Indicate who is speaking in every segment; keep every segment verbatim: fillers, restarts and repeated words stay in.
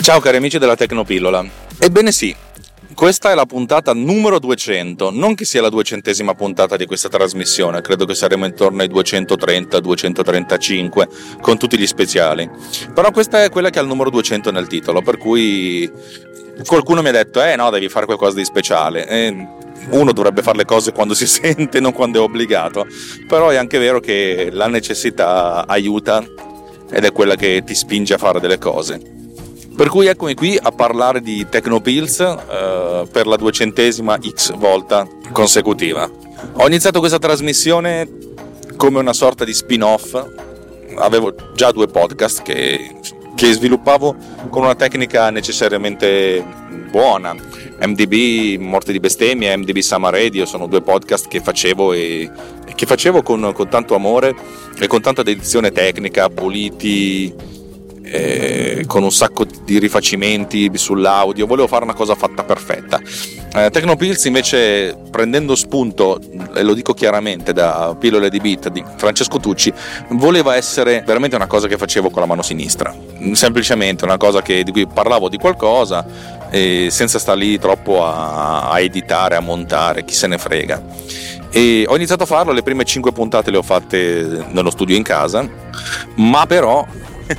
Speaker 1: Ciao cari amici della Tecnopillola. Ebbene sì, questa è la puntata numero duecento, non che sia la duecentesima puntata di questa trasmissione, credo che saremo intorno ai duecentotrenta duecentotrentacinque con tutti gli speciali, però questa è quella che ha il numero duecento nel titolo, per cui qualcuno mi ha detto eh no, devi fare qualcosa di speciale, e uno dovrebbe fare le cose quando si sente, non quando è obbligato, però è anche vero che la necessità aiuta ed è quella che ti spinge a fare delle cose. Per cui eccomi qui a parlare di Tecnopills eh, per la duecentesima X volta consecutiva. Ho iniziato questa trasmissione come una sorta di spin-off, avevo già due podcast che, che sviluppavo con una tecnica necessariamente buona. M D B Morte di Bestemmie e M D B Summer Radio sono due podcast che facevo e che facevo con, con tanto amore e con tanta dedizione tecnica, puliti, Eh, con un sacco di rifacimenti sull'audio. Volevo fare una cosa fatta perfetta. eh, Tecnopills invece, prendendo spunto, e lo dico chiaramente, da Pillole di Beat di Francesco Tucci, voleva essere veramente una cosa che facevo con la mano sinistra, semplicemente una cosa che, di cui parlavo di qualcosa e senza star lì troppo a, a editare, a montare, chi se ne frega. E ho iniziato a farlo, le prime cinque puntate le ho fatte nello studio in casa, ma però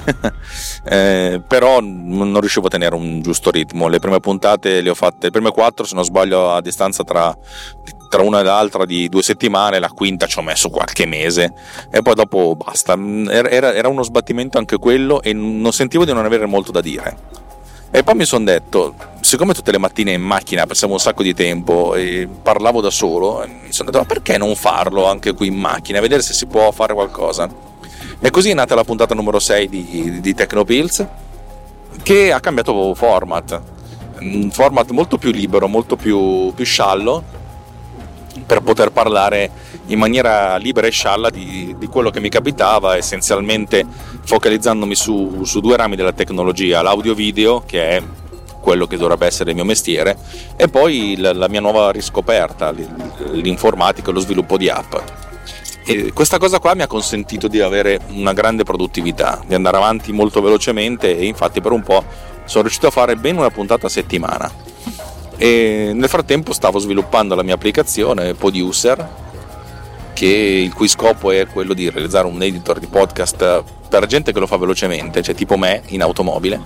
Speaker 1: eh, però non riuscivo a tenere un giusto ritmo. Le prime puntate le ho fatte, le prime quattro se non sbaglio a distanza tra, tra una e l'altra di due settimane, la quinta ci ho messo qualche mese e poi dopo basta. Era, era uno sbattimento anche quello e non sentivo di non avere molto da dire. E poi mi sono detto, siccome tutte le mattine in macchina passavo un sacco di tempo e parlavo da solo, mi sono detto ma perché non farlo anche qui in macchina, vedere se si può fare qualcosa. E così è nata la puntata numero sei di, di Tecnopills, che ha cambiato format, un format molto più libero, molto più, più sciallo, per poter parlare in maniera libera e scialla di, di quello che mi capitava, essenzialmente focalizzandomi su, su due rami della tecnologia, l'audio-video, che è quello che dovrebbe essere il mio mestiere, e poi la, la mia nuova riscoperta, l'informatica e lo sviluppo di app. E questa cosa qua mi ha consentito di avere una grande produttività, di andare avanti molto velocemente, e infatti per un po' sono riuscito a fare ben una puntata a settimana. E nel frattempo stavo sviluppando la mia applicazione Poduser, che il cui scopo è quello di realizzare un editor di podcast per gente che lo fa velocemente, cioè tipo me in automobile.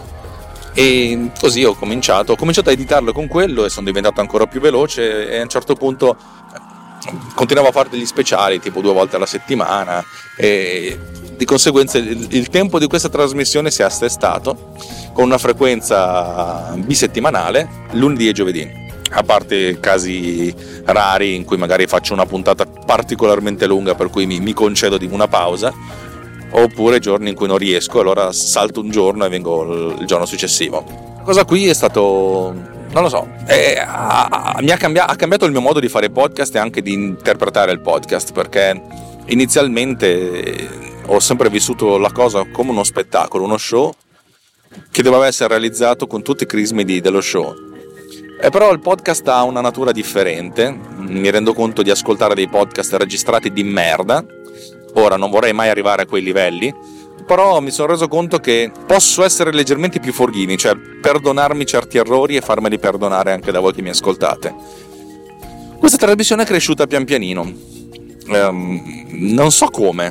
Speaker 1: E così ho cominciato, ho cominciato a editarlo con quello e sono diventato ancora più veloce, e a un certo punto continuavo a fare degli speciali tipo due volte alla settimana, e di conseguenza il, il tempo di questa trasmissione si è assestato con una frequenza bisettimanale, lunedì e giovedì, a parte casi rari in cui magari faccio una puntata particolarmente lunga per cui mi, mi concedo di una pausa, oppure giorni in cui non riesco, allora salto un giorno e vengo il, il giorno successivo. La cosa qui è stato, non lo so, è, ha, mi ha, cambiato, ha cambiato il mio modo di fare podcast e anche di interpretare il podcast, perché inizialmente ho sempre vissuto la cosa come uno spettacolo, uno show che doveva essere realizzato con tutti i crismi di, dello show. E però il podcast ha una natura differente, mi rendo conto di ascoltare dei podcast registrati di merda. Ora non vorrei mai arrivare a quei livelli, però mi sono reso conto che posso essere leggermente più forgiving, cioè perdonarmi certi errori e farmeli perdonare anche da voi che mi ascoltate. Questa trasmissione è cresciuta pian pianino, um, non so come,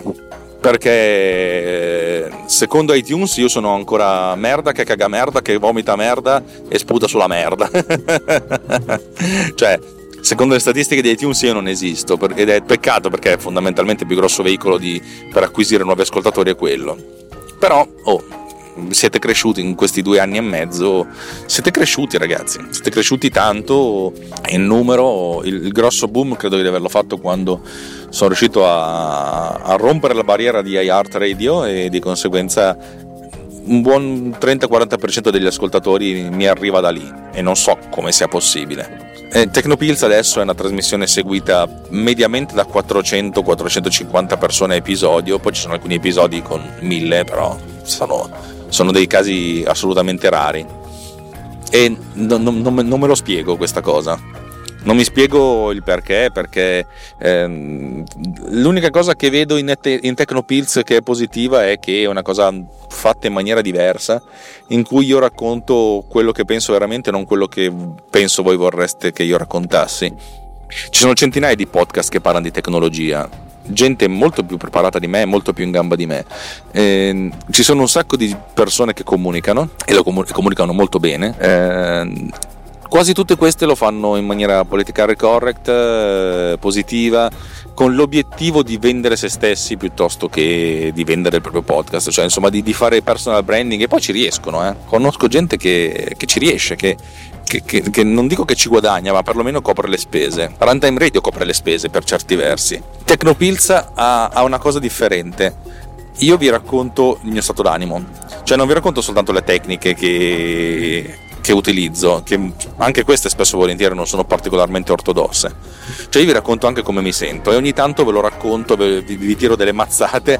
Speaker 1: perché secondo iTunes io sono ancora merda che caga merda, che vomita merda e sputa sulla merda. Cioè, secondo le statistiche di iTunes io non esisto, ed è peccato, perché fondamentalmente il più grosso veicolo di, per acquisire nuovi ascoltatori è quello. Però, oh, siete cresciuti in questi due anni e mezzo, siete cresciuti ragazzi, siete cresciuti tanto in numero. Il, il grosso boom credo di averlo fatto quando sono riuscito a, a rompere la barriera di iHeartRadio, e di conseguenza un buon trenta-quaranta per cento degli ascoltatori mi arriva da lì, e non so come sia possibile. Eh, Tecnopills adesso è una trasmissione seguita mediamente da quattrocento quattrocentocinquanta persone a episodio, poi ci sono alcuni episodi con mille, però sono, sono dei casi assolutamente rari, e non, non, non me lo spiego questa cosa. Non mi spiego il perché, perché ehm, l'unica cosa che vedo in, te- in Tecnopills che è positiva è che è una cosa fatta in maniera diversa, in cui io racconto quello che penso veramente, non quello che penso voi vorreste che io raccontassi. Ci sono centinaia di podcast che parlano di tecnologia, gente molto più preparata di me, molto più in gamba di me. Eh, ci sono un sacco di persone che comunicano e lo comu- comunicano molto bene. Eh, quasi tutte queste lo fanno in maniera politically correct, eh, positiva, con l'obiettivo di vendere se stessi piuttosto che di vendere il proprio podcast, cioè insomma di, di fare personal branding, e poi ci riescono. Eh. Conosco gente che, che ci riesce, che Che, che, che non dico che ci guadagna, ma perlomeno copre le spese. Runtime Radio copre le spese per certi versi. Tecnopills ha, ha una cosa differente. Io vi racconto il mio stato d'animo, cioè non vi racconto soltanto le tecniche che, che utilizzo, che anche queste spesso e volentieri non sono particolarmente ortodosse. Cioè io vi racconto anche come mi sento, e ogni tanto ve lo racconto, vi, vi tiro delle mazzate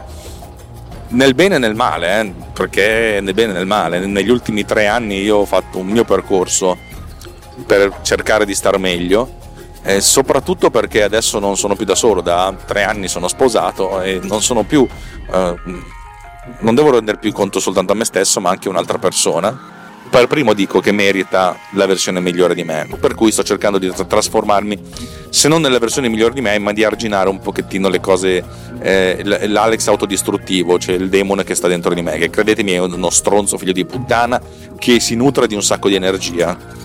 Speaker 1: nel bene e nel male, eh, perché nel bene e nel male. Negli ultimi tre anni io ho fatto un mio percorso per cercare di star meglio, e soprattutto perché adesso non sono più da solo, da tre anni sono sposato e non sono più eh, non devo rendere più conto soltanto a me stesso, ma anche a un'altra persona. Per primo dico che merita la versione migliore di me, per cui sto cercando di trasformarmi, se non nella versione migliore di me, ma di arginare un pochettino le cose, eh, l'Alex autodistruttivo, cioè il demone che sta dentro di me, che credetemi è uno stronzo figlio di puttana che si nutre di un sacco di energia.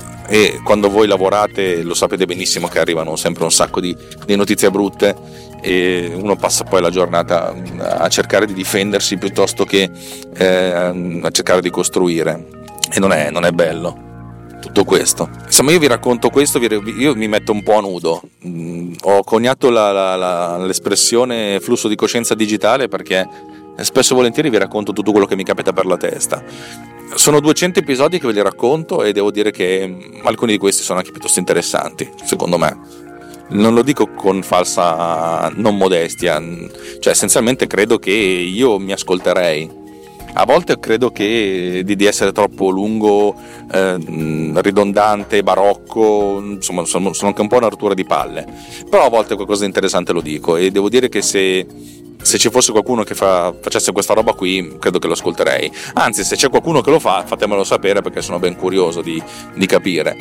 Speaker 1: E quando voi lavorate lo sapete benissimo che arrivano sempre un sacco di, di notizie brutte, e uno passa poi la giornata a cercare di difendersi piuttosto che eh, a cercare di costruire, e non è, non è bello tutto questo. Insomma, io vi racconto questo, io mi metto un po' a nudo. Ho coniato la, la, la, l'espressione flusso di coscienza digitale perché spesso e volentieri vi racconto tutto quello che mi capita per la testa. Sono duecento episodi che ve li racconto, e devo dire che alcuni di questi sono anche piuttosto interessanti, secondo me. Non lo dico con falsa non modestia, cioè essenzialmente credo che io mi ascolterei. A volte credo che di, di essere troppo lungo, eh, ridondante, barocco, insomma sono, sono anche un po' una rottura di palle, però a volte qualcosa di interessante lo dico, e devo dire che se se ci fosse qualcuno che fa, facesse questa roba qui, credo che lo ascolterei. Anzi, se c'è qualcuno che lo fa, fatemelo sapere, perché sono ben curioso di, di capire.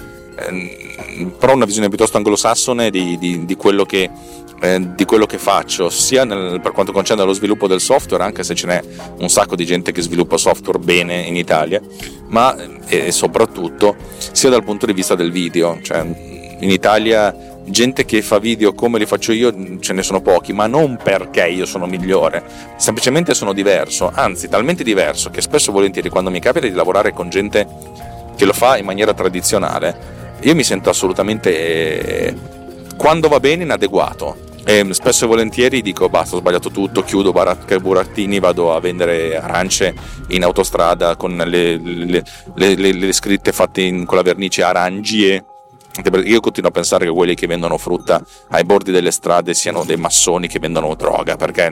Speaker 1: Eh, però una visione piuttosto anglosassone di, di, di, quello che, eh, di quello che faccio, sia nel, per quanto concerne lo sviluppo del software, anche se ce n'è un sacco di gente che sviluppa software bene in Italia, ma e soprattutto sia dal punto di vista del video. Cioè, in Italia gente che fa video come li faccio io ce ne sono pochi, ma non perché io sono migliore, semplicemente sono diverso, anzi talmente diverso che spesso e volentieri quando mi capita di lavorare con gente che lo fa in maniera tradizionale, io mi sento assolutamente, eh, quando va bene, inadeguato, e spesso e volentieri dico basta, ho sbagliato tutto, chiudo baracca e burattini, vado a vendere arance in autostrada con le, le, le, le, le scritte fatte in, con la vernice arangie. Io continuo a pensare che quelli che vendono frutta ai bordi delle strade siano dei massoni che vendono droga, perché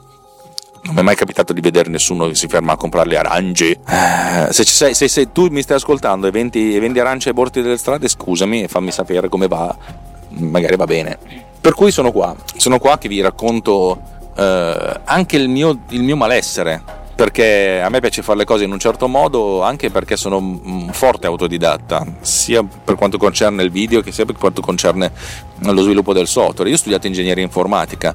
Speaker 1: non mi è mai capitato di vedere nessuno che si ferma a comprare le arance. Eh, se, se, se, se tu mi stai ascoltando e vendi, e vendi arance ai bordi delle strade, scusami e fammi sapere come va, magari va bene. Per cui sono qua, sono qua che vi racconto eh, anche il mio, il mio malessere, perché a me piace fare le cose in un certo modo, anche perché sono un forte autodidatta, sia per quanto concerne il video che sia per quanto concerne lo sviluppo del software. Io ho studiato ingegneria informatica,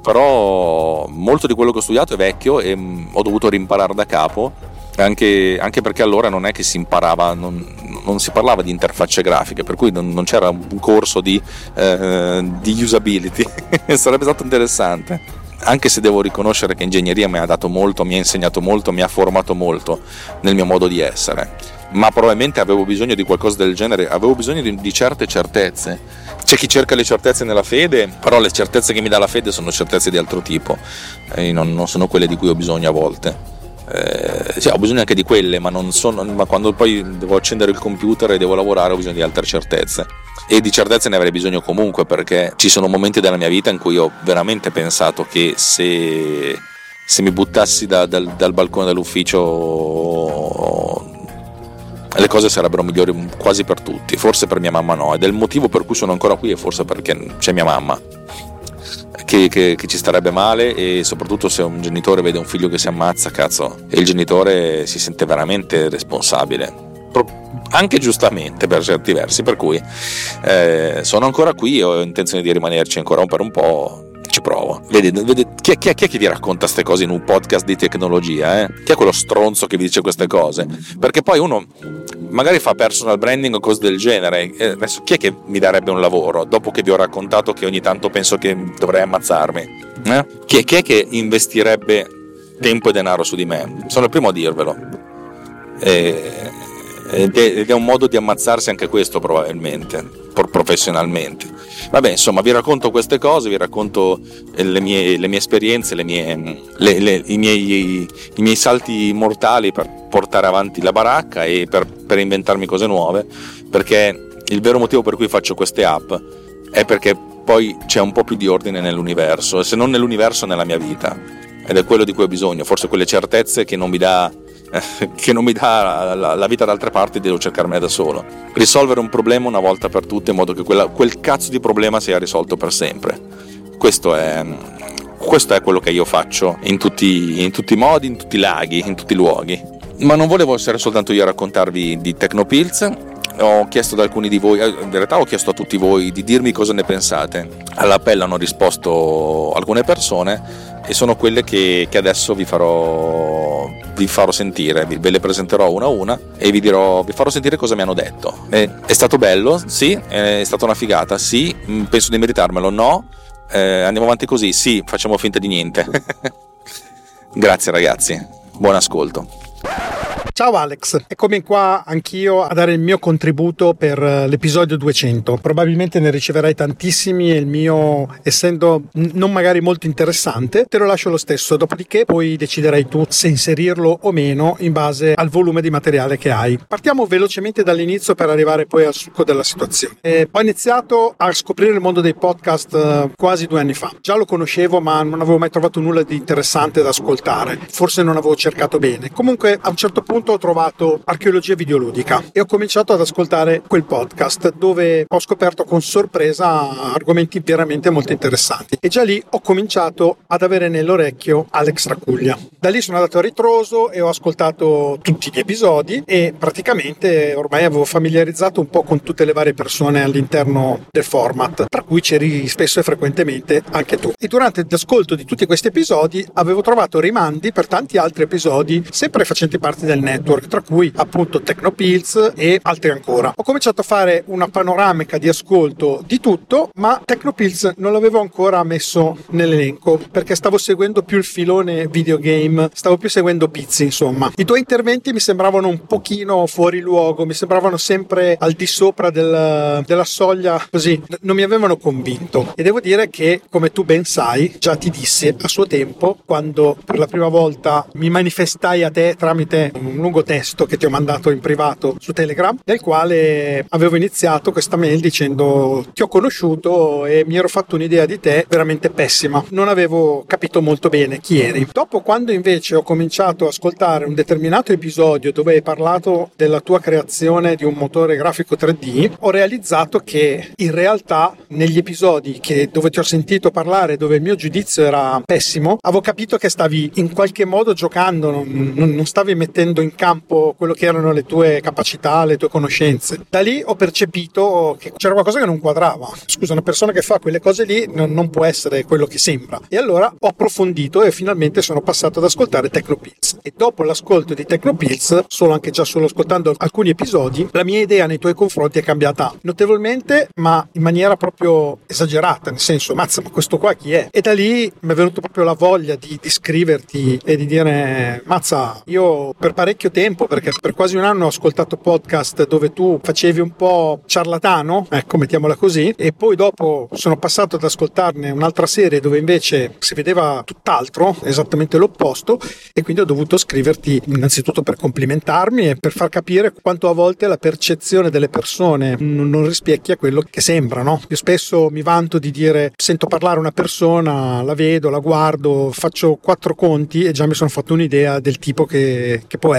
Speaker 1: però molto di quello che ho studiato è vecchio e ho dovuto rimparare da capo, anche, anche perché allora non è che si imparava, non, non si parlava di interfacce grafiche, per cui non, non c'era un corso di, eh, di usability. Sarebbe stato interessante. Anche se devo riconoscere che ingegneria mi ha dato molto, mi ha insegnato molto, mi ha formato molto nel mio modo di essere, ma probabilmente avevo bisogno di qualcosa del genere, avevo bisogno di, di certe certezze. C'è chi cerca le certezze nella fede, però le certezze che mi dà la fede sono certezze di altro tipo, e non, non sono quelle di cui ho bisogno a volte. Eh, sì, ho bisogno anche di quelle, ma, non sono, ma quando poi devo accendere il computer e devo lavorare ho bisogno di altre certezze, e di certezze ne avrei bisogno comunque, perché ci sono momenti della mia vita in cui ho veramente pensato che se, se mi buttassi da, dal, dal balcone dell'ufficio le cose sarebbero migliori quasi per tutti, forse per mia mamma no, ed è il motivo per cui sono ancora qui, e forse perché c'è mia mamma che, che, che ci starebbe male, e soprattutto se un genitore vede un figlio che si ammazza, cazzo, e il genitore si sente veramente responsabile, anche giustamente per certi versi, per cui eh, sono ancora qui e ho intenzione di rimanerci ancora per un po'. Ci provo. Vedi, vedi chi, è, chi, è, chi è che vi racconta queste cose in un podcast di tecnologia? Eh? Chi è quello stronzo che vi dice queste cose? Perché poi uno magari fa personal branding o cose del genere. Eh, adesso chi è che mi darebbe un lavoro dopo che vi ho raccontato che ogni tanto penso che dovrei ammazzarmi? Eh? Chi, è, chi è che investirebbe tempo e denaro su di me? Sono il primo a dirvelo. E, ed è un modo di ammazzarsi anche questo, probabilmente, professionalmente. Vabbè, insomma, vi racconto queste cose, vi racconto le mie, le mie esperienze, le mie, le, le, i, miei, i miei salti mortali per portare avanti la baracca e per, per inventarmi cose nuove, perché il vero motivo per cui faccio queste app è perché poi c'è un po' più di ordine nell'universo, e se non nell'universo, nella mia vita, ed è quello di cui ho bisogno, forse quelle certezze che non mi dà che non mi dà la, la vita da altre parti, devo cercarmene da solo, risolvere un problema una volta per tutte in modo che quella, quel cazzo di problema sia risolto per sempre. Questo è, questo è quello che io faccio in tutti, in tutti i modi, in tutti i laghi, in tutti i luoghi. Ma non volevo essere soltanto io a raccontarvi di Tecnopills. Ho chiesto ad alcuni di voi, in realtà ho chiesto a tutti voi di dirmi cosa ne pensate. All'appello hanno risposto alcune persone e sono quelle che, che adesso vi farò, vi farò sentire, ve le presenterò una a una e vi dirò, vi farò sentire cosa mi hanno detto. È, è stato bello? Sì. È stata una figata? Sì. Penso di meritarmelo? No. Eh, andiamo avanti così? Sì, facciamo finta di niente. Grazie ragazzi, buon ascolto.
Speaker 2: Ciao Alex, eccomi qua anch'io a dare il mio contributo per l'episodio duecento. Probabilmente ne riceverai tantissimi e il mio, essendo non magari molto interessante, te lo lascio lo stesso, dopodiché poi deciderai tu se inserirlo o meno in base al volume di materiale che hai. Partiamo velocemente dall'inizio per arrivare poi al succo della situazione. Eh, ho iniziato a scoprire il mondo dei podcast eh, quasi due anni fa. Già lo conoscevo, ma non avevo mai trovato nulla di interessante da ascoltare. Forse non avevo cercato bene. Comunque a un certo punto ho trovato Archeologia Videoludica e ho cominciato ad ascoltare quel podcast, dove ho scoperto con sorpresa argomenti veramente molto interessanti, e già lì ho cominciato ad avere nell'orecchio Alex Racuglia. Da lì sono andato a ritroso e ho ascoltato tutti gli episodi e praticamente ormai avevo familiarizzato un po' con tutte le varie persone all'interno del format, tra cui c'eri spesso e frequentemente anche tu. E durante l'ascolto di tutti questi episodi avevo trovato rimandi per tanti altri episodi sempre facenti parte del network, tra cui appunto Tecnopills e altri ancora. Ho cominciato a fare una panoramica di ascolto di tutto, ma Tecnopills non l'avevo ancora messo nell'elenco perché stavo seguendo più il filone videogame, stavo più seguendo Pizzi, insomma. I tuoi interventi mi sembravano un pochino fuori luogo, mi sembravano sempre al di sopra del, della soglia, così non mi avevano convinto. E devo dire che, come tu ben sai, già ti dissi a suo tempo, quando per la prima volta mi manifestai a te tramite un lungo testo che ti ho mandato in privato su Telegram, nel quale avevo iniziato questa mail dicendo: ti ho conosciuto e mi ero fatto un'idea di te veramente pessima, non avevo capito molto bene chi eri. Dopo, quando invece ho cominciato a ascoltare un determinato episodio dove hai parlato della tua creazione di un motore grafico tre D, ho realizzato che in realtà negli episodi che, dove ti ho sentito parlare, dove il mio giudizio era pessimo, avevo capito che stavi in qualche modo giocando, non, non, non stavi mettendo in campo quello che erano le tue capacità, le tue conoscenze. Da lì ho percepito che c'era qualcosa che non quadrava. Scusa, una persona che fa quelle cose lì non, non può essere quello che sembra. E allora ho approfondito e finalmente sono passato ad ascoltare Tecnopills. E dopo l'ascolto di Tecnopills, solo anche già solo ascoltando alcuni episodi, la mia idea nei tuoi confronti è cambiata notevolmente, ma in maniera proprio esagerata, nel senso: mazza, ma questo qua chi è? E da lì mi è venuto proprio la voglia di, di scriverti e di dire: mazza, io per parecchio tempo, perché per quasi un anno ho ascoltato podcast dove tu facevi un po' ciarlatano, ecco, mettiamola così, e poi dopo sono passato ad ascoltarne un'altra serie dove invece si vedeva tutt'altro, esattamente l'opposto, e quindi ho dovuto scriverti innanzitutto per complimentarmi e per far capire quanto a volte la percezione delle persone non rispecchia quello che sembra, no? Io spesso mi vanto di dire: sento parlare una persona, la vedo, la guardo, faccio quattro conti e già mi sono fatto un'idea del tipo che, che può essere.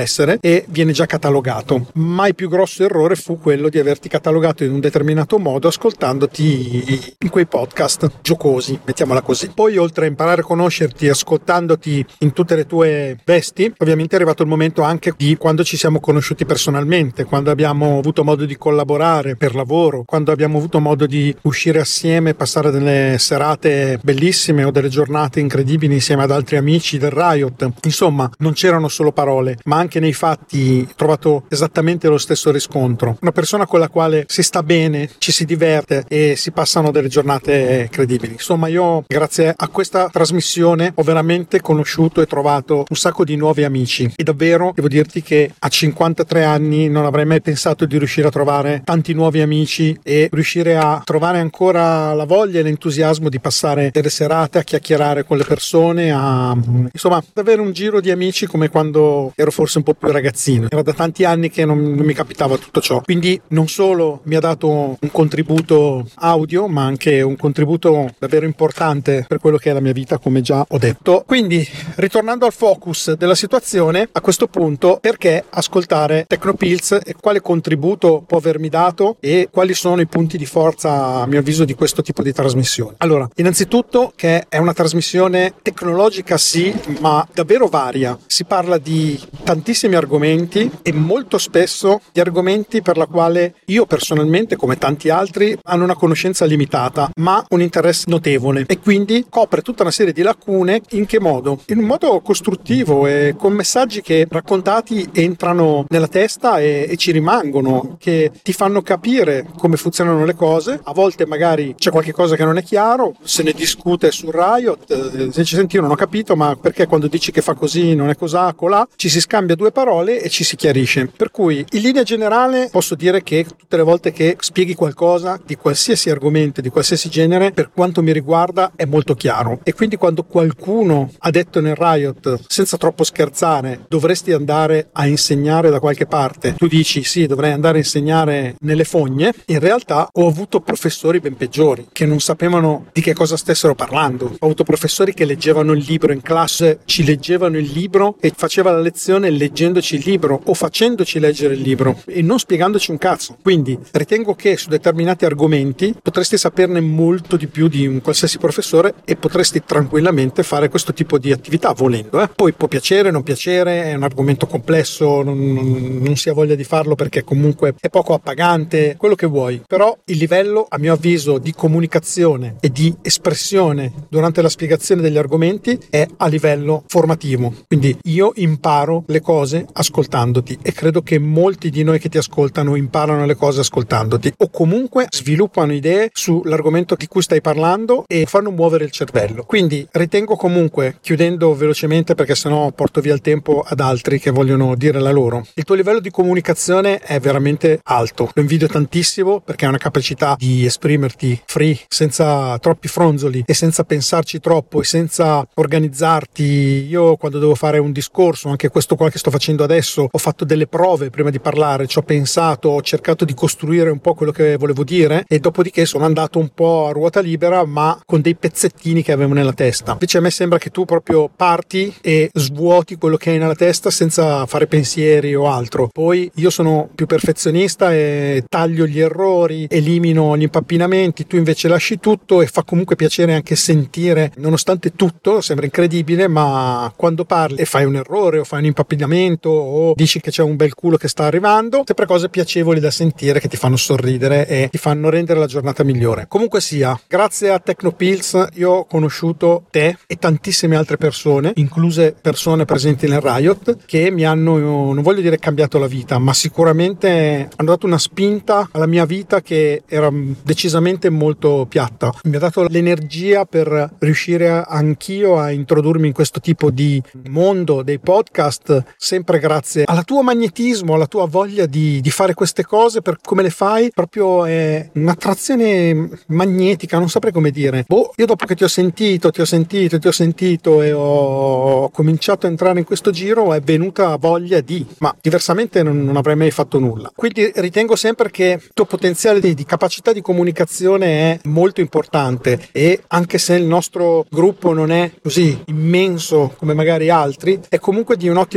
Speaker 2: essere e viene già catalogato. Ma il più grosso errore fu quello di averti catalogato in un determinato modo ascoltandoti in quei podcast giocosi, mettiamola così. Poi, oltre a imparare a conoscerti ascoltandoti in tutte le tue vesti, ovviamente è arrivato il momento anche di quando ci siamo conosciuti personalmente, quando abbiamo avuto modo di collaborare per lavoro, quando abbiamo avuto modo di uscire assieme, passare delle serate bellissime o delle giornate incredibili insieme ad altri amici del Riot. Insomma, non c'erano solo parole, ma anche nei fatti ho trovato esattamente lo stesso riscontro. Una persona con la quale si sta bene, ci si diverte e si passano delle giornate credibili. Insomma, io grazie a questa trasmissione ho veramente conosciuto e trovato un sacco di nuovi amici e davvero devo dirti che a cinquantatré anni non avrei mai pensato di riuscire a trovare tanti nuovi amici e riuscire a trovare ancora la voglia e l'entusiasmo di passare delle serate a chiacchierare con le persone, a insomma ad avere un giro di amici come quando ero forse un po' più ragazzino. Era da tanti anni che non, non mi capitava tutto ciò, quindi non solo mi ha dato un contributo audio ma anche un contributo davvero importante per quello che è la mia vita, come già ho detto. Quindi, ritornando al focus della situazione, a questo punto perché ascoltare Tecnopills e quale contributo può avermi dato e quali sono i punti di forza a mio avviso di questo tipo di trasmissione? Allora, innanzitutto che è una trasmissione tecnologica sì, ma davvero varia. Si parla di tantissimi argomenti e molto spesso di argomenti per la quale io personalmente, come tanti altri, hanno una conoscenza limitata ma un interesse notevole e quindi copre tutta una serie di lacune. In che modo? In un modo costruttivo e con messaggi che raccontati entrano nella testa e, e ci rimangono, che ti fanno capire come funzionano le cose. A volte magari c'è qualche cosa che non è chiaro, se ne discute su Riot, eh, se ci senti io non ho capito ma perché quando dici che fa così non è cos'ha, colà, ci si scambia due parole e ci si chiarisce. Per cui in linea generale posso dire che tutte le volte che spieghi qualcosa di qualsiasi argomento, di qualsiasi genere, per quanto mi riguarda è molto chiaro. E quindi quando qualcuno ha detto nel Riot, senza troppo scherzare, dovresti andare a insegnare da qualche parte, tu dici sì, dovrei andare a insegnare nelle fogne, in realtà ho avuto professori ben peggiori che non sapevano di che cosa stessero parlando. Ho avuto professori che leggevano il libro in classe, ci leggevano il libro e faceva la lezione leggendoci il libro o facendoci leggere il libro e non spiegandoci un cazzo. Quindi ritengo che su determinati argomenti potresti saperne molto di più di un qualsiasi professore e potresti tranquillamente fare questo tipo di attività volendo. Eh? Poi può piacere, non piacere, è un argomento complesso, non, non, non si ha voglia di farlo perché comunque è poco appagante, quello che vuoi. Però il livello, a mio avviso, di comunicazione e di espressione durante la spiegazione degli argomenti è a livello formativo. Quindi io imparo le cose ascoltandoti e credo che molti di noi che ti ascoltano imparano le cose ascoltandoti o comunque sviluppano idee sull'argomento di cui stai parlando e fanno muovere il cervello. Quindi ritengo comunque, chiudendo velocemente perché sennò porto via il tempo ad altri che vogliono dire la loro, il tuo livello di comunicazione è veramente alto, lo invidio tantissimo perché hai una capacità di esprimerti free, senza troppi fronzoli e senza pensarci troppo e senza organizzarti. Io quando devo fare un discorso, anche questo qua che sto facendo adesso, ho fatto delle prove prima di parlare, ci ho pensato, ho cercato di costruire un po' quello che volevo dire e dopodiché sono andato un po' a ruota libera ma con dei pezzettini che avevo nella testa. Invece a me sembra che tu proprio parti e svuoti quello che hai nella testa senza fare pensieri o altro. Poi io sono più perfezionista e taglio gli errori, elimino gli impappinamenti, tu invece lasci tutto e fa comunque piacere anche sentire, nonostante tutto, sembra incredibile, ma quando parli e fai un errore o fai un impappinamento o dici che c'è un bel culo che sta arrivando, sempre cose piacevoli da sentire che ti fanno sorridere e ti fanno rendere la giornata migliore. Comunque sia, grazie a Tecnopills io ho conosciuto te e tantissime altre persone, incluse persone presenti nel Riot, che mi hanno, non voglio dire cambiato la vita, ma sicuramente hanno dato una spinta alla mia vita che era decisamente molto piatta. Mi ha dato l'energia per riuscire anch'io a introdurmi in questo tipo di mondo dei podcast, sempre grazie al tuo magnetismo, alla tua voglia di, di fare queste cose, per come le fai, proprio è un'attrazione magnetica, non saprei come dire. Boh, io dopo che ti ho sentito, ti ho sentito, ti ho sentito e ho cominciato a entrare in questo giro, è venuta voglia di, ma diversamente non, non avrei mai fatto nulla. Quindi ritengo sempre che il tuo potenziale di, di capacità di comunicazione è molto importante e anche se il nostro gruppo non è così immenso come magari altri, è comunque di un'ottima qualità.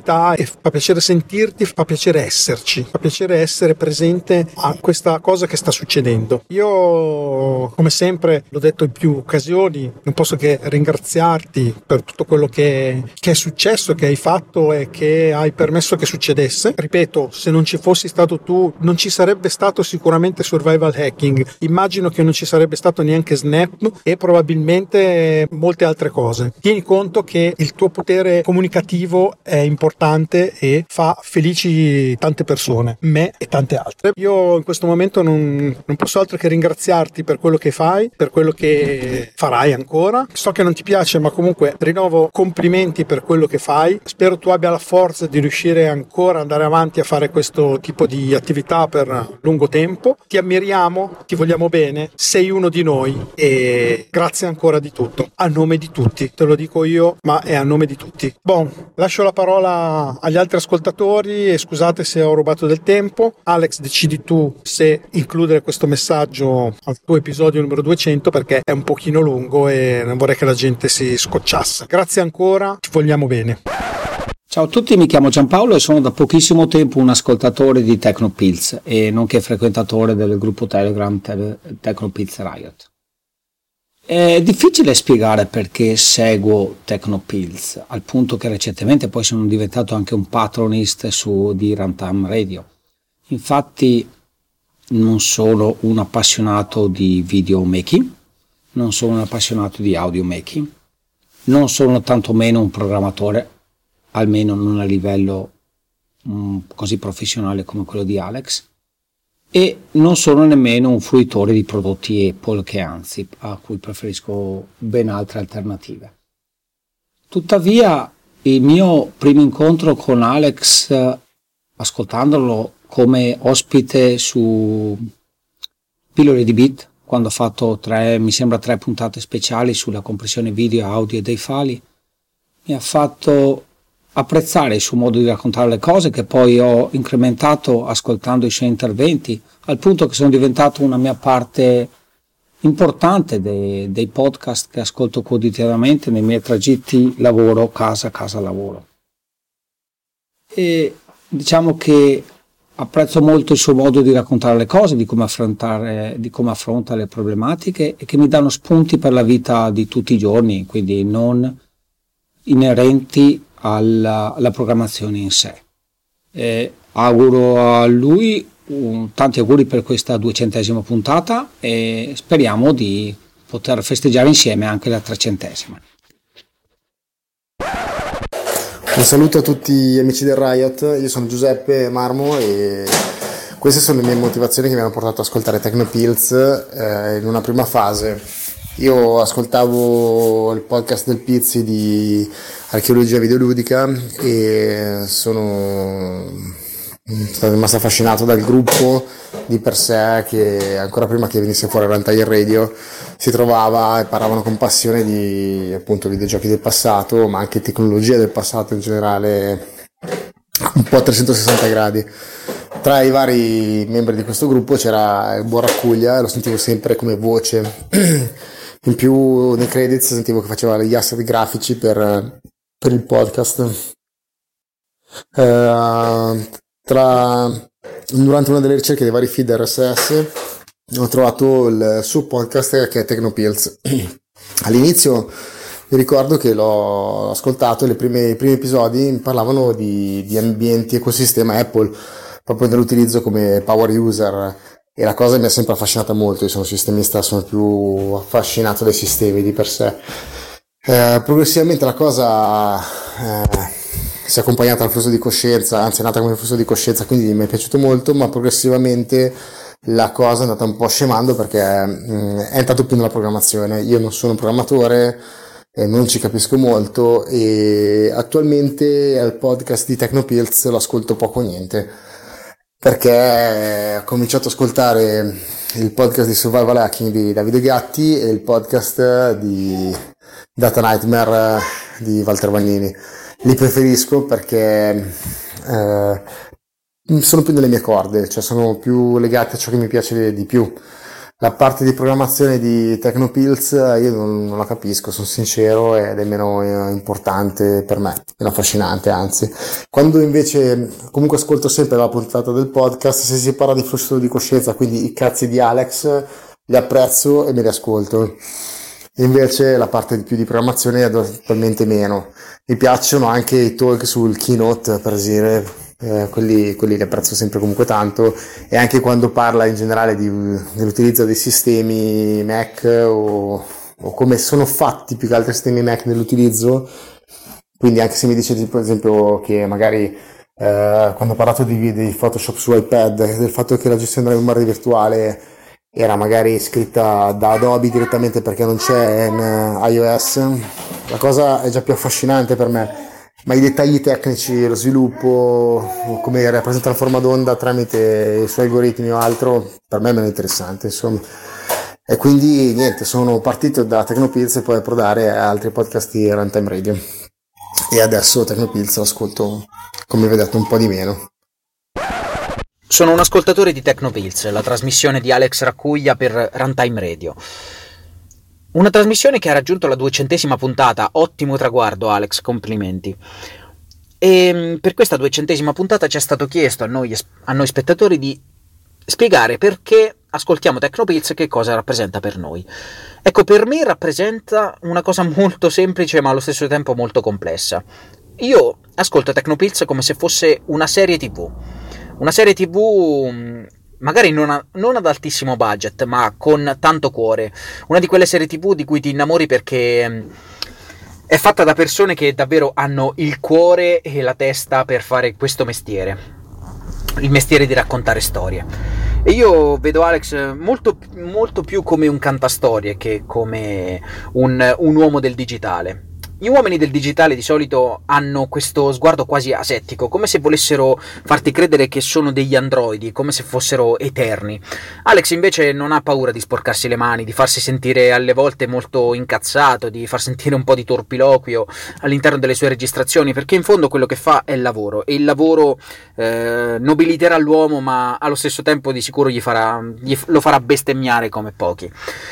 Speaker 2: attività e fa piacere sentirti, fa piacere esserci, fa piacere essere presente a questa cosa che sta succedendo. Io, come sempre, l'ho detto in più occasioni, non posso che ringraziarti per tutto quello che, che è successo, che hai fatto e che hai permesso che succedesse. Ripeto, se non ci fossi stato tu, non ci sarebbe stato sicuramente Survival Hacking, immagino che non ci sarebbe stato neanche Snap e probabilmente molte altre cose. Tieni conto che il tuo potere comunicativo è importante e fa felici tante persone, me e tante altre. Io in questo momento non, non posso altro che ringraziarti per quello che fai, per quello che farai ancora. So che non ti piace, ma comunque rinnovo complimenti per quello che fai. Spero tu abbia la forza di riuscire ancora ad andare avanti a fare questo tipo di attività per lungo tempo. Ti ammiriamo, ti vogliamo bene, sei uno di noi e grazie ancora di tutto, a nome di tutti, te lo dico io, ma è a nome di tutti. Bon, lascio la parola agli altri ascoltatori e scusate se ho rubato del tempo. Alex, decidi tu se includere questo messaggio al tuo episodio numero duecento, perché è un pochino lungo e non vorrei che la gente si scocciasse. Grazie ancora, ti vogliamo bene.
Speaker 3: Ciao a tutti, mi chiamo Giampaolo e sono da pochissimo tempo un ascoltatore di TechnoPills e nonché frequentatore del gruppo Telegram Te- TechnoPills Riot. È difficile spiegare perché seguo TechnoPills, al punto che recentemente poi sono diventato anche un patronist su di Runtime Radio. Infatti non sono un appassionato di videomaking, non sono un appassionato di audiomaking, non sono tantomeno un programmatore, almeno non a livello mh, così professionale come quello di Alex, e non sono nemmeno un fruitore di prodotti Apple, che anzi a cui preferisco ben altre alternative. Tuttavia il mio primo incontro con Alex, ascoltandolo come ospite su Pillole di Bit, quando ho fatto tre, mi sembra tre puntate speciali sulla compressione video, audio e dei file, mi ha fatto apprezzare il suo modo di raccontare le cose, che poi ho incrementato ascoltando i suoi interventi, al punto che sono diventato una mia parte importante dei, dei podcast che ascolto quotidianamente nei miei tragitti lavoro, casa, casa, lavoro. E diciamo che apprezzo molto il suo modo di raccontare le cose, di come affrontare, di come affronta le problematiche e che mi danno spunti per la vita di tutti i giorni, quindi non inerenti alla, alla programmazione in sé. E auguro a lui un, tanti auguri per questa duecentesima puntata e speriamo di poter festeggiare insieme anche la trecentesima.
Speaker 4: Un saluto a tutti gli amici del Riot, io sono Giuseppe Marmo e queste sono le mie motivazioni che mi hanno portato ad ascoltare TechnoPills eh, in una prima fase. Io ascoltavo il podcast del Pizzi di archeologia videoludica e sono stato rimasto affascinato dal gruppo di per sé, che ancora prima che venisse fuori Runtime Radio si trovava e parlavano con passione di appunto videogiochi del passato, ma anche tecnologia del passato in generale, un po' a trecentosessanta gradi. Tra i vari membri di questo gruppo c'era il buon Raccuglia, lo sentivo sempre come voce. In più nei credits sentivo che faceva gli asset grafici per, per il podcast. Uh, tra, durante una delle ricerche dei vari feed R S S ho trovato il suo podcast che è TechnoPills. All'inizio mi ricordo che l'ho ascoltato, le prime, i primi episodi parlavano di, di ambienti ecosistema Apple, proprio dell'utilizzo come power user, e la cosa mi ha sempre affascinata molto. Io sono sistemista, sono più affascinato dai sistemi di per sé. Eh, progressivamente la cosa eh, si è accompagnata al flusso di coscienza, anzi è nata come flusso di coscienza, quindi mi è piaciuto molto, ma progressivamente la cosa è andata un po' scemando perché mh, è entrato più nella programmazione. Io non sono un programmatore, eh, non ci capisco molto e attualmente il podcast di TechnoPills lo ascolto poco o niente, perché ho cominciato ad ascoltare il podcast di Survival Hacking di Davide Gatti e il podcast di Data Nightmare di Walter Vagnini. Li preferisco perché eh, sono più nelle mie corde, cioè sono più legati a ciò che mi piace di più. La parte di programmazione di Tecnopills io non, non la capisco, sono sincero, ed è meno eh, importante per me, meno affascinante anzi. Quando invece comunque ascolto sempre la puntata del podcast, se si parla di flusso di coscienza, quindi i cazzi di Alex, li apprezzo e me li ascolto. Invece la parte di più di programmazione è totalmente meno. Mi piacciono anche i talk sul keynote, per esempio. Eh, quelli, quelli li apprezzo sempre comunque tanto, e anche quando parla in generale di, dell'utilizzo dei sistemi Mac o, o come sono fatti più che altri sistemi Mac nell'utilizzo. Quindi anche se mi dice per esempio che magari eh, quando ho parlato di, di Photoshop su iPad, del fatto che la gestione della memoria virtuale era magari scritta da Adobe direttamente perché non c'è in iOS, la cosa è già più affascinante per me. Ma i dettagli tecnici, lo sviluppo, come rappresenta la forma d'onda tramite i suoi algoritmi o altro, per me è meno interessante, insomma. E quindi niente, sono partito da Tecnopills e poi approdare a altri podcast di Runtime Radio. E adesso Tecnopills lo ascolto, come vedete, un po' di meno.
Speaker 5: Sono un ascoltatore di Tecnopills, la trasmissione di Alex Raccuglia per Runtime Radio. Una trasmissione che ha raggiunto la duecentesima puntata, ottimo traguardo Alex, complimenti. E per questa duecentesima puntata ci è stato chiesto a noi, a noi spettatori di spiegare perché ascoltiamo Tecnopills e che cosa rappresenta per noi. Ecco, per me rappresenta una cosa molto semplice ma allo stesso tempo molto complessa. Io ascolto Tecnopills come se fosse una serie tivù, una serie tivù... magari non, a, non ad altissimo budget, ma con tanto cuore. Una di quelle serie tivù di cui ti innamori perché è fatta da persone che davvero hanno il cuore e la testa per fare questo mestiere, il mestiere di raccontare storie. E io vedo Alex molto, molto più come un cantastorie che come un, un uomo del digitale. Gli uomini del digitale di solito hanno questo sguardo quasi asettico, come se volessero farti credere che sono degli androidi, come se fossero eterni. Alex invece non ha paura di sporcarsi le mani, di farsi sentire alle volte molto incazzato, di far sentire un po' di torpiloquio all'interno delle sue registrazioni, perché in fondo quello che fa è lavoro, e il lavoro eh, nobiliterà l'uomo, ma allo stesso tempo di sicuro gli farà, gli, lo farà bestemmiare come pochi.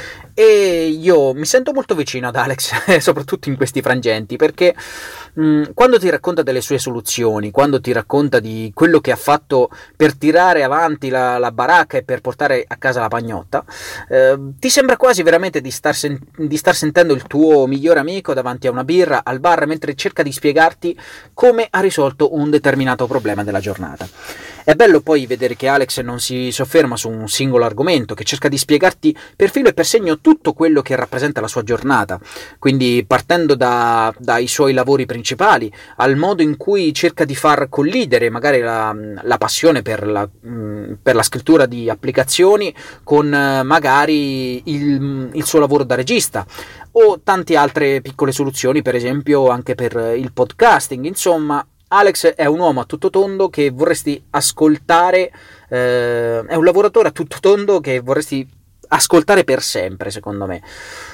Speaker 5: E io mi sento molto vicino ad Alex, soprattutto in questi frangenti, perché mh, quando ti racconta delle sue soluzioni, quando ti racconta di quello che ha fatto per tirare avanti la, la baracca e per portare a casa la pagnotta, eh, ti sembra quasi veramente di star, sen- di star sentendo il tuo migliore amico davanti a una birra al bar mentre cerca di spiegarti come ha risolto un determinato problema della giornata. È bello poi vedere che Alex non si sofferma su un singolo argomento, che cerca di spiegarti per filo e per segno tutto quello che rappresenta la sua giornata, quindi partendo da, dai suoi lavori principali, al modo in cui cerca di far collidere magari la, la passione per la, per la scrittura di applicazioni con magari il, il suo lavoro da regista, o tante altre piccole soluzioni, per esempio anche per il podcasting. Insomma, Alex è un uomo a tutto tondo che vorresti ascoltare, eh, è un lavoratore a tutto tondo che vorresti ascoltare per sempre, secondo me.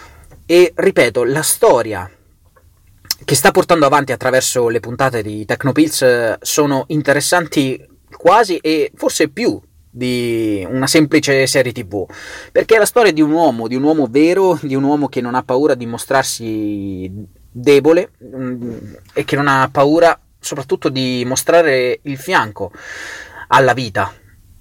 Speaker 5: E ripeto, la storia che sta portando avanti attraverso le puntate di Tecnopills sono interessanti quasi e forse più di una semplice serie tivù, perché è la storia di un uomo, di un uomo vero, di un uomo che non ha paura di mostrarsi debole e che non ha paura soprattutto di mostrare il fianco alla vita.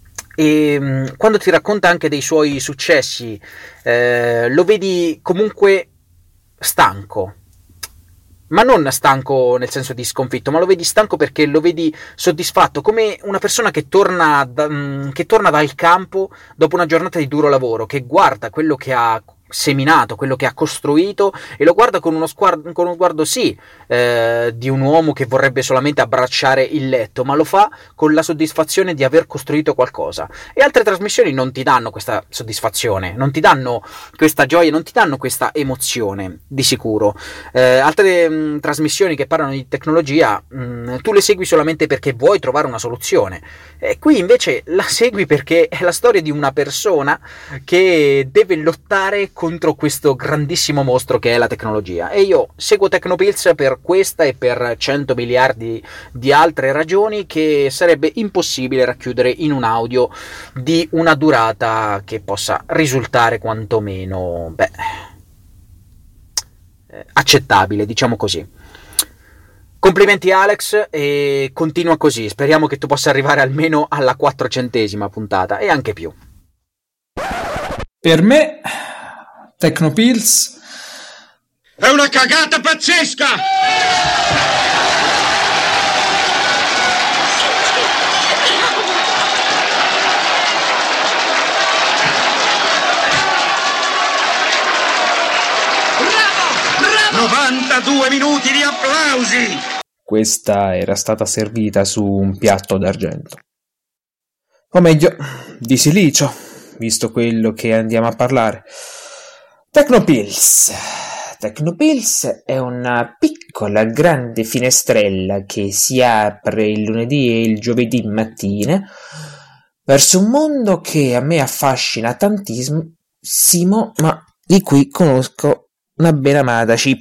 Speaker 5: E quando ti racconta anche dei suoi successi, eh, lo vedi comunque stanco, ma non stanco nel senso di sconfitto, ma lo vedi stanco perché lo vedi soddisfatto, come una persona che torna, da, che torna dal campo dopo una giornata di duro lavoro, che guarda quello che ha seminato, quello che ha costruito, e lo guarda con uno sguardo, con uno sguardo sì, eh, di un uomo che vorrebbe solamente abbracciare il letto, ma lo fa con la soddisfazione di aver costruito qualcosa. E altre trasmissioni non ti danno questa soddisfazione, non ti danno questa gioia, non ti danno questa emozione, di sicuro. Eh, altre mh, trasmissioni che parlano di tecnologia, mh, tu le segui solamente perché vuoi trovare una soluzione, e qui invece la segui perché è la storia di una persona che deve lottare contro questo grandissimo mostro che è la tecnologia. E io seguo Tecnopills per questa e per cento miliardi di altre ragioni che sarebbe impossibile racchiudere in un audio di una durata che possa risultare quantomeno, beh, accettabile, diciamo così. Complimenti Alex, e continua così, speriamo che tu possa arrivare almeno alla quattrocentesima puntata e anche più.
Speaker 6: Per me Tecnopills
Speaker 7: è una cagata pazzesca! novantadue minuti di applausi!
Speaker 6: Questa era stata servita su un piatto d'argento. O meglio, di silicio, visto quello che andiamo a parlare. Tecnopills. Tecnopills è una piccola grande finestrella che si apre il lunedì e il giovedì mattina verso un mondo che a me affascina tantissimo, ma di cui conosco una ben amata cippa.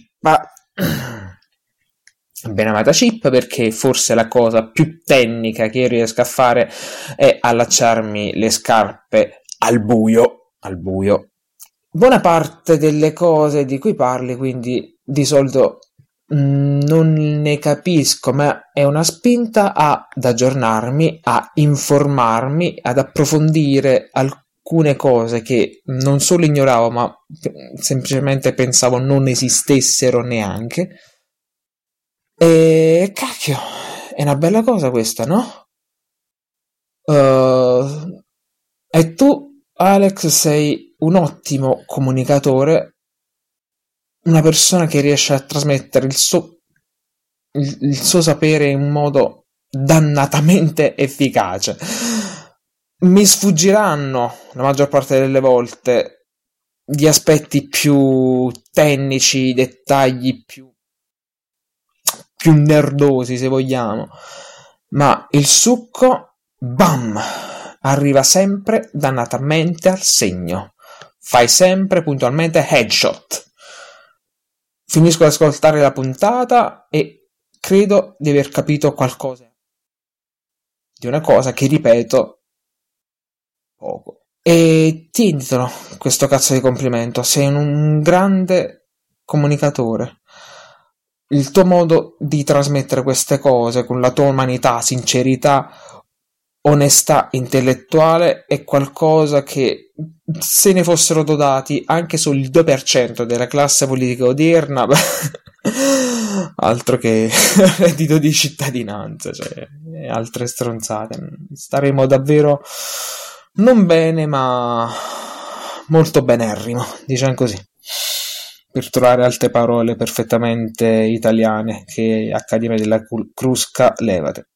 Speaker 6: Ben amata chip perché forse la cosa più tecnica che io riesco a fare è allacciarmi le scarpe al buio, al buio. Buona parte delle cose di cui parli, quindi di solito mh, non ne capisco, ma è una spinta ad aggiornarmi, a informarmi, ad approfondire alcune cose che non solo ignoravo, ma semplicemente pensavo non esistessero neanche. E cacchio, è una bella cosa questa, no? Uh, e tu, Alex, sei un ottimo comunicatore, una persona che riesce a trasmettere il suo, il, il suo sapere in modo dannatamente efficace. Mi sfuggiranno la maggior parte delle volte gli aspetti più tecnici, dettagli più più nerdosi se vogliamo, ma il succo, bam, arriva sempre dannatamente al segno, fai sempre puntualmente headshot. Finisco di ascoltare la puntata e credo di aver capito qualcosa di una cosa che ripeto poco. E tienitelo questo cazzo di complimento, sei un grande comunicatore. Il tuo modo di trasmettere queste cose con la tua umanità, sincerità, onestà intellettuale è qualcosa che, se ne fossero dotati anche solo il due per cento della classe politica odierna, beh, altro che reddito di cittadinanza, cioè altre stronzate. Staremo davvero non bene, ma molto benerrimo, diciamo così, per trovare altre parole perfettamente italiane che Accademia della Crusca levate.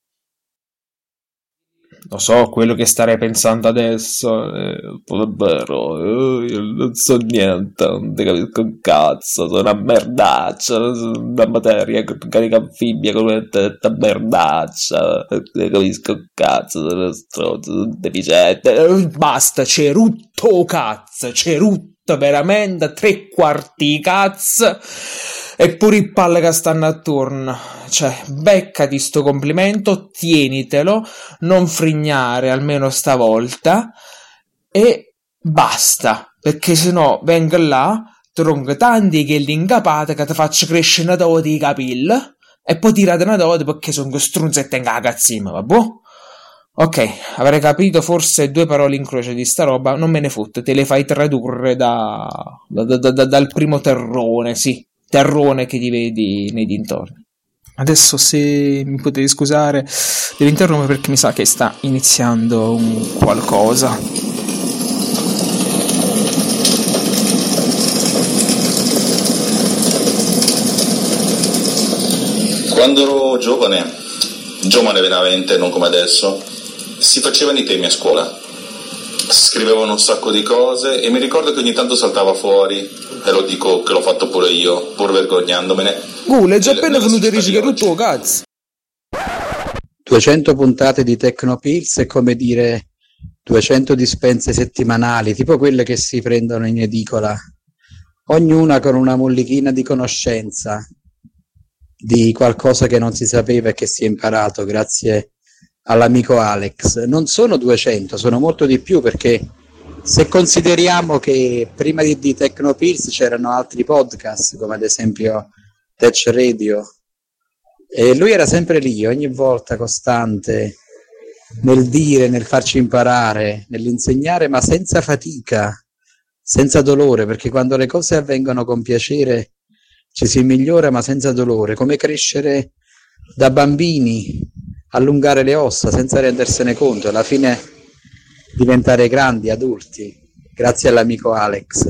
Speaker 6: Lo so, quello che starei pensando adesso è davvero, io non so niente, non ti capisco un cazzo, sono una merdaccia, una materia carica anfibia come una merdaccia, non ti capisco un cazzo, sono uno stronzo, sono deficiente. Basta, c'è rutto cazzo, c'è rutto veramente tre quarti cazzo e pure i palle che stanno attorno. Cioè, beccati sto complimento, tienitelo, non frignare almeno stavolta e basta, perché sennò vengo là, tronco tanti che l'incapate che ti faccio crescere una dote di capelli e poi tirate una dote perché sono strunzette in cagazzima, vabbè? Ok, avrei capito forse due parole in croce di sta roba, non me ne fotte, te le fai tradurre da, da, da, da dal primo terrone, sì, terrone che ti vedi nei dintorni. Adesso, se mi potete scusare dell'interrumpere perché mi sa che sta iniziando un qualcosa.
Speaker 1: Quando ero giovane, giovane veramente, non come adesso, si facevano i temi a scuola. Scrivevano un sacco di cose e mi ricordo che ogni tanto saltava fuori, e lo dico che l'ho fatto pure io, pur vergognandomene.
Speaker 6: Gule, è già appena venuto a riciclare il tuo cazzo.
Speaker 8: duecento puntate di Tecnopills è come dire duecento dispense settimanali, tipo quelle che si prendono in edicola ognuna con una mollichina di conoscenza di qualcosa che non si sapeva e che si è imparato grazie all'amico Alex. Non sono duecento, sono molto di più, perché se consideriamo che prima di, di Tecnopills c'erano altri podcast, come ad esempio Tech Radio, e lui era sempre lì, ogni volta costante nel dire, nel farci imparare, nell'insegnare, ma senza fatica, senza dolore, perché quando le cose avvengono con piacere ci si migliora, ma senza dolore, come crescere da bambini, allungare le ossa senza rendersene conto, alla fine diventare grandi adulti, grazie all'amico Alex.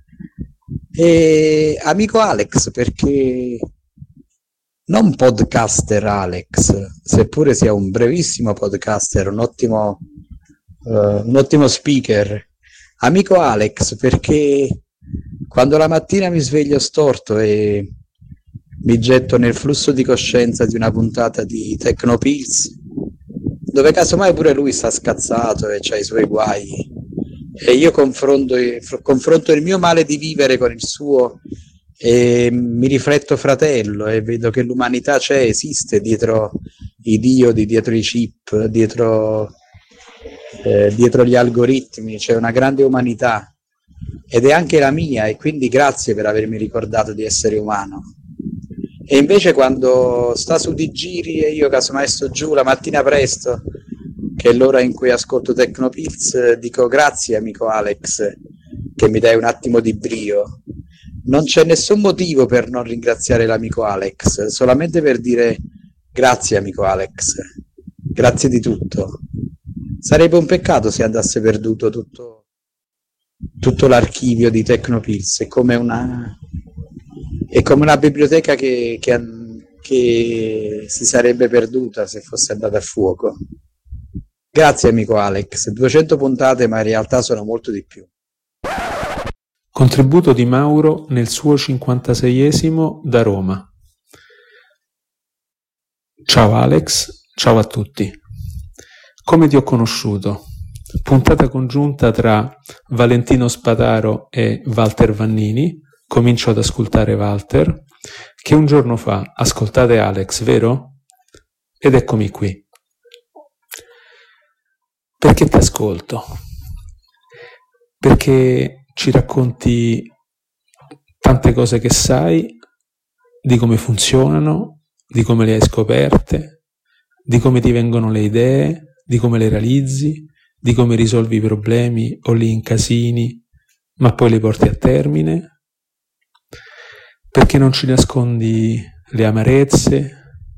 Speaker 8: E amico Alex perché non podcaster Alex, seppure sia un brevissimo podcaster, un ottimo, uh, un ottimo speaker. Amico Alex perché quando la mattina mi sveglio storto e mi getto nel flusso di coscienza di una puntata di Tecnopills, dove casomai pure lui sta scazzato e c'ha i suoi guai, e io confronto, confronto il mio male di vivere con il suo, e mi rifletto fratello e vedo che l'umanità c'è, esiste dietro i diodi, dietro i chip, dietro, eh, dietro gli algoritmi, c'è una grande umanità ed è anche la mia, e quindi grazie per avermi ricordato di essere umano. E invece quando sta su di giri e io casomai sto giù la mattina presto, che è l'ora in cui ascolto Tecnopills, dico grazie amico Alex che mi dai un attimo di brio. Non c'è nessun motivo per non ringraziare l'amico Alex, solamente per dire grazie amico Alex, grazie di tutto. Sarebbe un peccato se andasse perduto tutto, tutto l'archivio di Tecnopills, è come una, è come una biblioteca che, che, che si sarebbe perduta se fosse andata a fuoco. Grazie amico Alex, duecento puntate, ma in realtà sono molto di più.
Speaker 9: Contributo di Mauro nel suo cinquantaseiesimo da Roma. Ciao Alex, ciao a tutti. Come ti ho conosciuto? Puntata congiunta tra Valentino Spadaro e Walter Vannini. Comincio ad ascoltare Walter, che un giorno fa: ascoltate Alex, vero? Ed eccomi qui. Perché ti ascolto? Perché ci racconti tante cose che sai, di come funzionano, di come le hai scoperte, di come ti vengono le idee, di come le realizzi, di come risolvi i problemi o li incasini, ma poi li porti a termine. Perché non ci nascondi le amarezze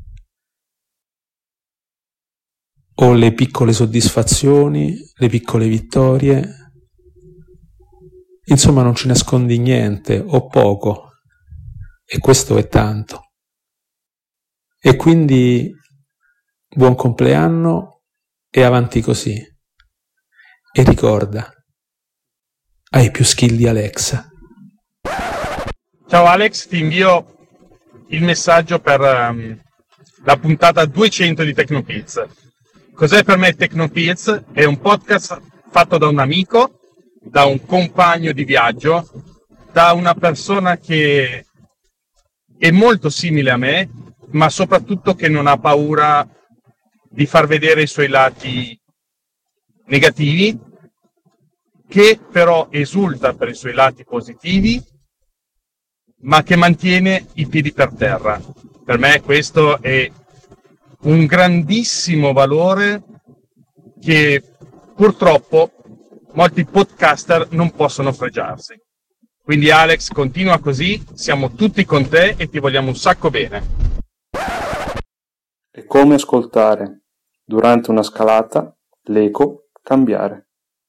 Speaker 9: o le piccole soddisfazioni, le piccole vittorie. Insomma, non ci nascondi niente o poco, e questo è tanto. E quindi buon compleanno e avanti così. E ricorda, hai più skill di Alexa.
Speaker 1: Ciao Alex, ti invio il messaggio per um, la puntata duecento di Tecnopills. Cos'è per me Tecnopills? È un podcast fatto da un amico, da un compagno di viaggio, da una persona che è molto simile a me, ma soprattutto che non ha paura di far vedere i suoi lati negativi, che però esulta per i suoi lati positivi, ma che mantiene i piedi per terra. Per me questo è un grandissimo valore che purtroppo molti podcaster non possono fregiarsi. Quindi Alex, continua così, siamo tutti con te e ti vogliamo un sacco bene.
Speaker 9: È come ascoltare durante una scalata l'eco cambiare.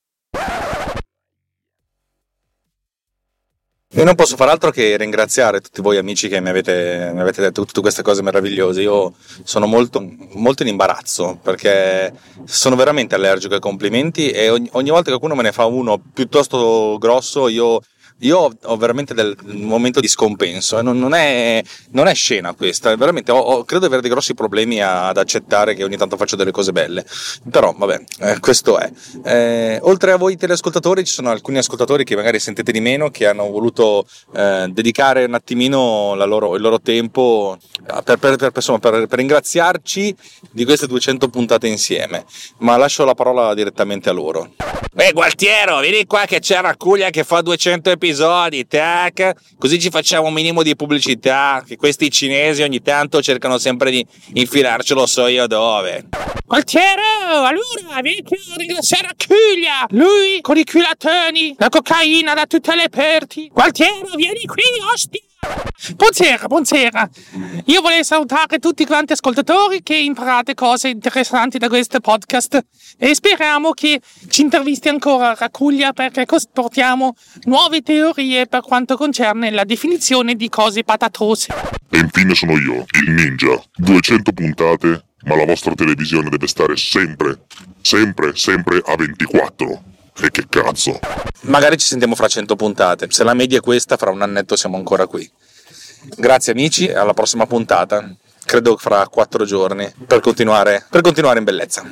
Speaker 1: Io non posso far altro che ringraziare tutti voi amici che mi avete, mi avete detto tutte queste cose meravigliose. Io sono molto, molto in imbarazzo perché sono veramente allergico ai complimenti, e ogni, ogni volta che qualcuno me ne fa uno piuttosto grosso io io ho, ho veramente del un momento di scompenso, eh. non, non, è, non è scena questa, veramente ho, ho, credo di avere dei grossi problemi a, ad accettare che ogni tanto faccio delle cose belle, però vabbè, eh, questo è. Eh, oltre a voi teleascoltatori ci sono alcuni ascoltatori che magari sentite di meno, che hanno voluto eh, dedicare un attimino la loro, il loro tempo per, per, per, insomma, per, per ringraziarci di queste duecento puntate insieme, ma lascio la parola direttamente a loro.
Speaker 10: Eh Gualtiero, vieni qua che c'è Raccuglia che fa duecento episodi, tac, così ci facciamo un minimo di pubblicità, che questi cinesi ogni tanto cercano sempre di infilarcelo so io dove.
Speaker 11: Gualtiero, allora vieni qui a ringraziare Raccuglia, lui con i culatoni, la cocaina da tutte le parti. Gualtiero, vieni qui, ostia! Buonasera, buonasera. Io volevo salutare tutti quanti ascoltatori che imparate cose interessanti da questo podcast e speriamo che ci intervisti ancora Raccuglia, perché portiamo nuove teorie per quanto concerne la definizione di cose patatose.
Speaker 12: E infine sono io, il ninja. duecento puntate, ma la vostra televisione deve stare sempre, sempre, sempre a ventiquattro. E che cazzo.
Speaker 1: Magari ci sentiamo fra cento puntate. Se la media è questa, fra un annetto siamo ancora qui. Grazie amici, e alla prossima puntata. Credo fra quattro giorni, per continuare, per continuare in bellezza.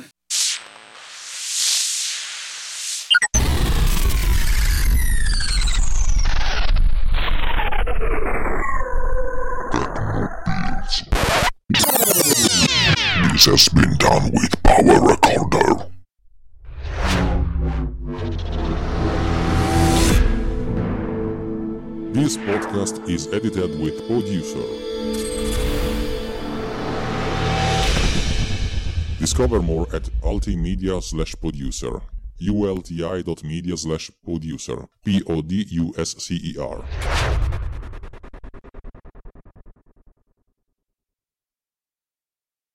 Speaker 12: This has been done with Power Recorder. This podcast is edited with Producer. Discover more at ultimedia slash producer. ulti dot media slash producer. P O D U S C E R.